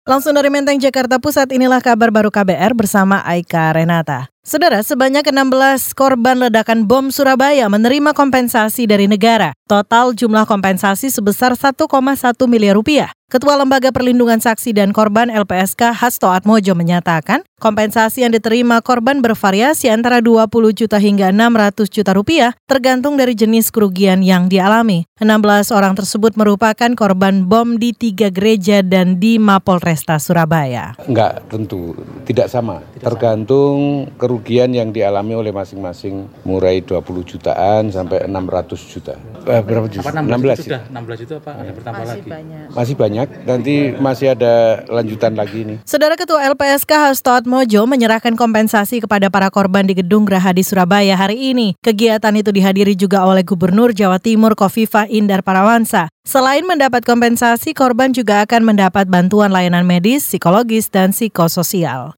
Langsung dari Menteng, Jakarta Pusat, inilah kabar baru KBR bersama Aika Renata. Saudara, sebanyak 16 korban ledakan bom Surabaya menerima kompensasi dari negara. Total jumlah kompensasi sebesar 1,1 miliar rupiah. Ketua Lembaga Perlindungan Saksi dan Korban LPSK Hasto Atmojo menyatakan, kompensasi yang diterima korban bervariasi antara 20 juta hingga 600 juta rupiah, tergantung dari jenis kerugian yang dialami. 16 orang tersebut merupakan korban bom di 3 gereja dan di Mapolresta Surabaya. Enggak, tentu tidak sama. Tergantung kerugian yang dialami oleh masing-masing, mulai 20 jutaan sampai 600 juta. Berapa juta? 16 sudah 16 juta apa ada bertambah lagi? Masih banyak, nanti masih ada lanjutan lagi nih. Saudara Ketua LPSK Hasto Atmojo menyerahkan kompensasi kepada para korban di Gedung Graha di Surabaya hari ini. Kegiatan itu dihadiri juga oleh Gubernur Jawa Timur Khofifah Indar Parawansa. Selain mendapat kompensasi, korban juga akan mendapat bantuan layanan medis, psikologis, dan psikososial.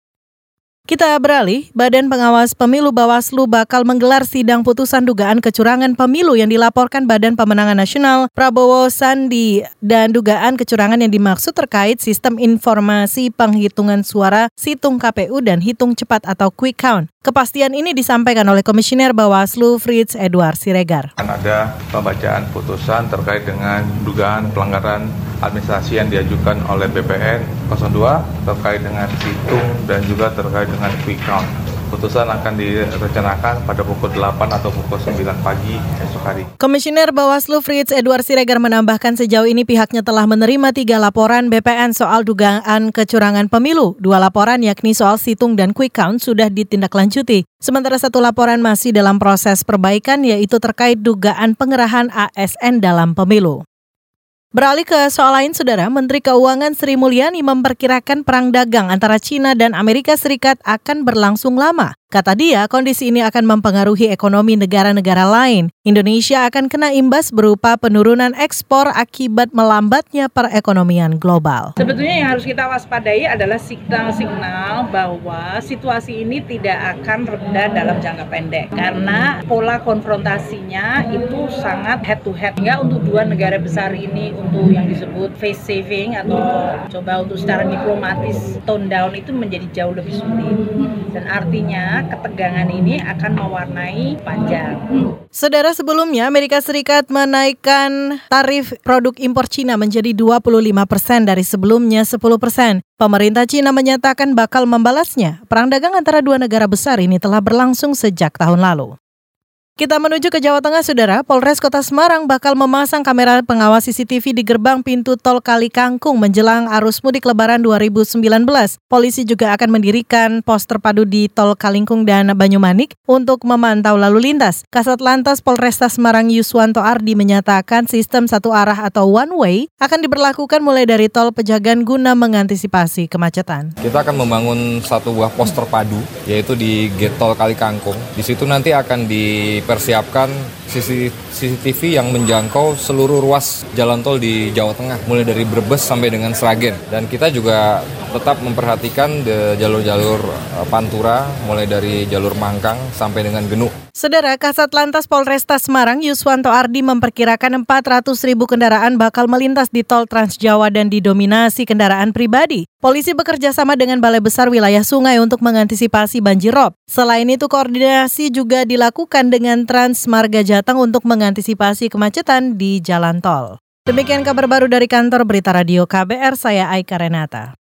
Kita beralih, Badan Pengawas Pemilu Bawaslu bakal menggelar sidang putusan dugaan kecurangan pemilu yang dilaporkan Badan Pemenangan Nasional Prabowo Sandi dan dugaan kecurangan yang dimaksud terkait sistem informasi penghitungan suara situng KPU dan hitung cepat atau quick count. Kepastian ini disampaikan oleh Komisioner Bawaslu Frits Edward Siregar. Ada pembacaan putusan terkait dengan dugaan pelanggaran administrasi yang diajukan oleh BPN 02 terkait dengan situng dan juga terkait dengan quick count. Putusan akan direncanakan pada pukul 8 atau pukul 9 pagi esok hari. Komisioner Bawaslu Frits Edward Siregar menambahkan sejauh ini pihaknya telah menerima 3 laporan BPN soal dugaan kecurangan pemilu. 2 laporan yakni soal situng dan quick count sudah ditindaklanjuti. Sementara 1 laporan masih dalam proses perbaikan yaitu terkait dugaan pengerahan ASN dalam pemilu. Beralih ke soal lain, Saudara, Menteri Keuangan Sri Mulyani memperkirakan perang dagang antara China dan Amerika Serikat akan berlangsung lama. Kata dia, kondisi ini akan mempengaruhi ekonomi negara-negara lain. Indonesia akan kena imbas berupa penurunan ekspor akibat melambatnya perekonomian global. Sebetulnya yang harus kita waspadai adalah signal-signal bahwa situasi ini tidak akan reda dalam jangka pendek. Karena pola konfrontasinya itu sangat head-to-head. Hingga untuk 2 negara besar ini, untuk yang disebut face saving atau coba untuk secara diplomatis tone down itu menjadi jauh lebih sulit. Dan artinya ketegangan ini akan mewarnai panjang. Saudara, sebelumnya Amerika Serikat menaikkan tarif produk impor Cina menjadi 25% dari sebelumnya 10%. Pemerintah Cina menyatakan bakal membalasnya. Perang dagang antara 2 negara besar ini telah berlangsung sejak tahun lalu. Kita menuju ke Jawa Tengah, Saudara. Polres Kota Semarang bakal memasang kamera pengawas CCTV di gerbang pintu tol Kali Kangkung menjelang arus mudik Lebaran 2019. Polisi juga akan mendirikan pos terpadu di tol Kalingkung dan Banyumanik untuk memantau lalu lintas. Kasat Lantas Polresta Semarang Yuswanto Ardi menyatakan sistem satu arah atau one way akan diberlakukan mulai dari tol Pejagan guna mengantisipasi kemacetan. Kita akan membangun satu buah pos terpadu, yaitu di gate tol Kali Kangkung. Di situ nanti akan dipersiapkan CCTV yang menjangkau seluruh ruas jalan tol di Jawa Tengah, mulai dari Brebes sampai dengan Sragen. Dan kita juga tetap memperhatikan jalur-jalur Pantura, mulai dari jalur Mangkang sampai dengan Genuk. Saudara, Kasat Lantas Polresta Semarang Yuswanto Ardi memperkirakan 400.000 kendaraan bakal melintas di tol Trans Jawa dan didominasi kendaraan pribadi. Polisi bekerja sama dengan Balai Besar Wilayah Sungai untuk mengantisipasi banjirop. Selain itu, koordinasi juga dilakukan dengan Trans Marga Jateng untuk mengantisipasi kemacetan di jalan tol. Demikian kabar baru dari kantor Berita Radio KBR, saya Aika Renata.